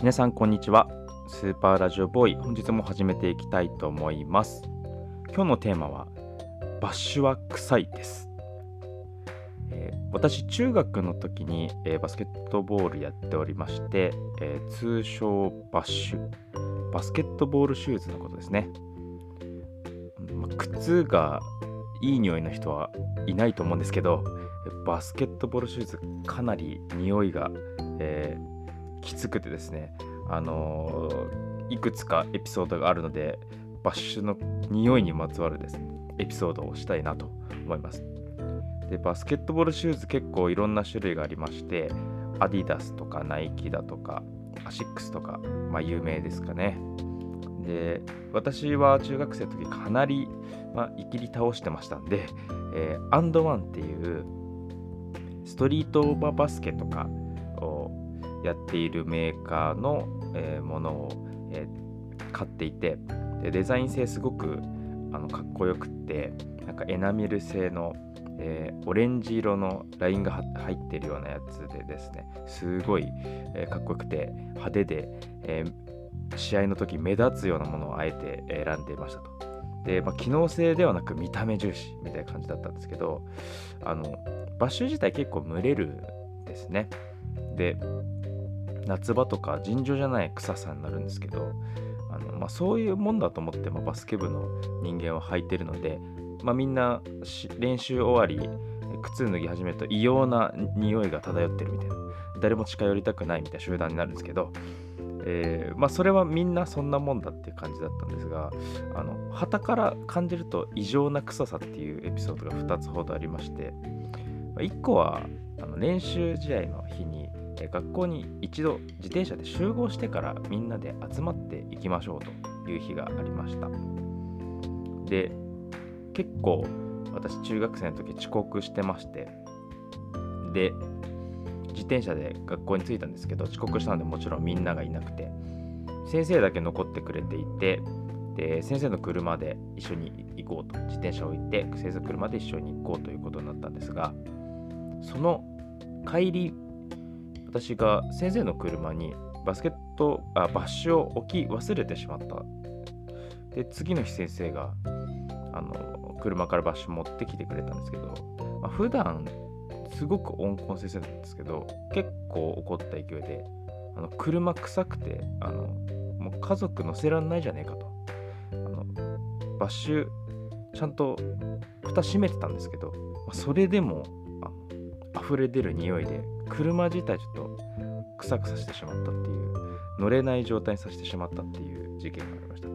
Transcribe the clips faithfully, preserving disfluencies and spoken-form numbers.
皆さんこんにちは。スーパーラジオボーイ、本日も始めていきたいと思います。今日のテーマはバッシュは臭いです。えー私中学の時に、えーバスケットボールやっておりまして、えー通称バッシュ、バスケットボールシューズのことですね。まあ靴がいい匂いの人はいないと思うんですけど、バスケットボールシューズかなり匂いが、えーきつくてですね、あのーいくつかエピソードがあるので、バッシュの匂いにまつわるですね、エピソードをしたいなと思います。で、バスケットボールシューズ結構いろんな種類がありまして、アディダスとかナイキだとか、アシックスとか、まあ有名ですかね。で、私は中学生の時かなり、まあ、いきり倒してましたんで、えーアンドワンっていうストリートオーバーバスケとかをやっているメーカーの、えーものを、えー買っていて、でデザイン性すごくあのかっこよくって、なんかエナメル製の、えーオレンジ色のラインがは入っているようなやつでですね、すごい、えーかっこよくて派手で、えー試合の時目立つようなものをあえて選んでいましたと。で、まあ、機能性ではなく見た目重視みたいな感じだったんですけど、あのバッシュ自体結構蒸れるんですね。で、夏場とか尋常じゃない臭さになるんですけど、あの、まあ、そういうもんだと思って、まあ、バスケ部の人間は履いてるので、まあ、みんなし練習終わり靴脱ぎ始めると異様な匂いが漂ってるみたいな、誰も近寄りたくないみたいな集団になるんですけど、えーまあ、それはみんなそんなもんだっていう感じだったんですが、あの傍から感じると異常な臭さっていうエピソードがふたつほどありまして、いっこはあの練習試合の日にえー学校に一度自転車で集合してからみんなで集まっていきましょうという日がありました。で、結構私中学生の時遅刻してまして、で自転車で学校に着いたんですけど、遅刻したのでもちろんみんながいなくて、先生だけ残ってくれていて、で先生の車で一緒に行こうと、自転車を置いて先生の車で一緒に行こうということになったんですが、その帰り、私が先生の車にバスケットあバッシュを置き忘れてしまった。で、次の日先生があの車からバッシュ持ってきてくれたんですけど、まあ、普段すごく温厚な先生なんですけど、結構怒った勢いで、あの車臭くて、あのもう家族乗せらんないじゃねえかと。あのバッシュちゃんと蓋閉めてたんですけど、まあ、それでもあ溢れ出る匂いで車自体ちょっとクサクサしてしまったっていう、乗れない状態にさせてしまったっていう事件がありましたと。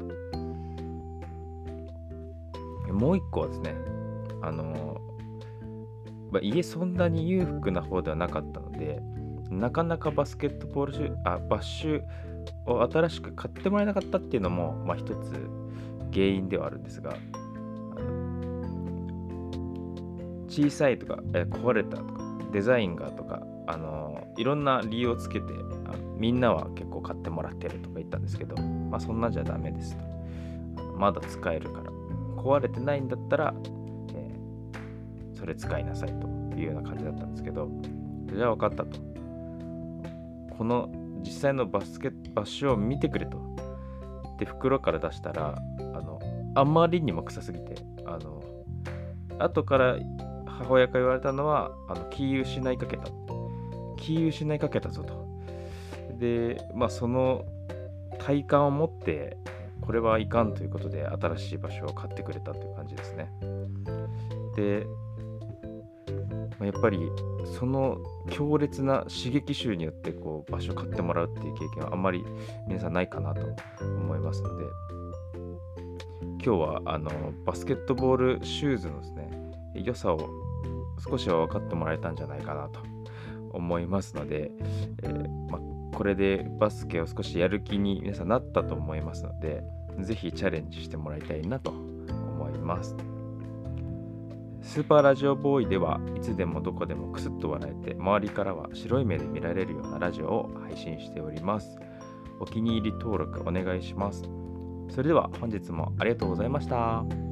もう一個はですね、あのまあ、家そんなに裕福な方ではなかったので、なかなかバスケットボールシュあバッシュを新しく買ってもらえなかったっていうのも、まあ、一つ原因ではあるんですが、あの小さいとか、え壊れたとか、デザインがとか、あのいろんな理由をつけて、あのみんなは結構買ってもらってるとか言ったんですけど、まあ、そんなんじゃダメですと。あのまだ使えるから、壊れてないんだったら、えーそれ使いなさいというような感じだったんですけど、じゃあ分かったと。この実際のバスケバッシュを見てくれと言って袋から出したら、あのあまりにも臭すぎて、あの後から母親から言われたのは、あの気失いかけた。気失いかけたぞと。で、まあその体感を持って、これはいかんということで新しい場所を買ってくれたという感じですね。で、まあやっぱりその強烈な刺激臭によってこう場所を買ってもらうっていう経験はあんまり皆さんないかなと思いますので、今日はあのバスケットボールシューズのですね、良さを少しは分かってもらえたんじゃないかなと思いますので、えーまあ、これでバスケを少しやる気に皆さんなったと思いますので、ぜひチャレンジしてもらいたいなと思います。スーパーラジオボーイではいつでもどこでもクスッと笑えて、周りからは白い目で見られるようなラジオを配信しております。お気に入り登録お願いします。それでは本日もありがとうございました。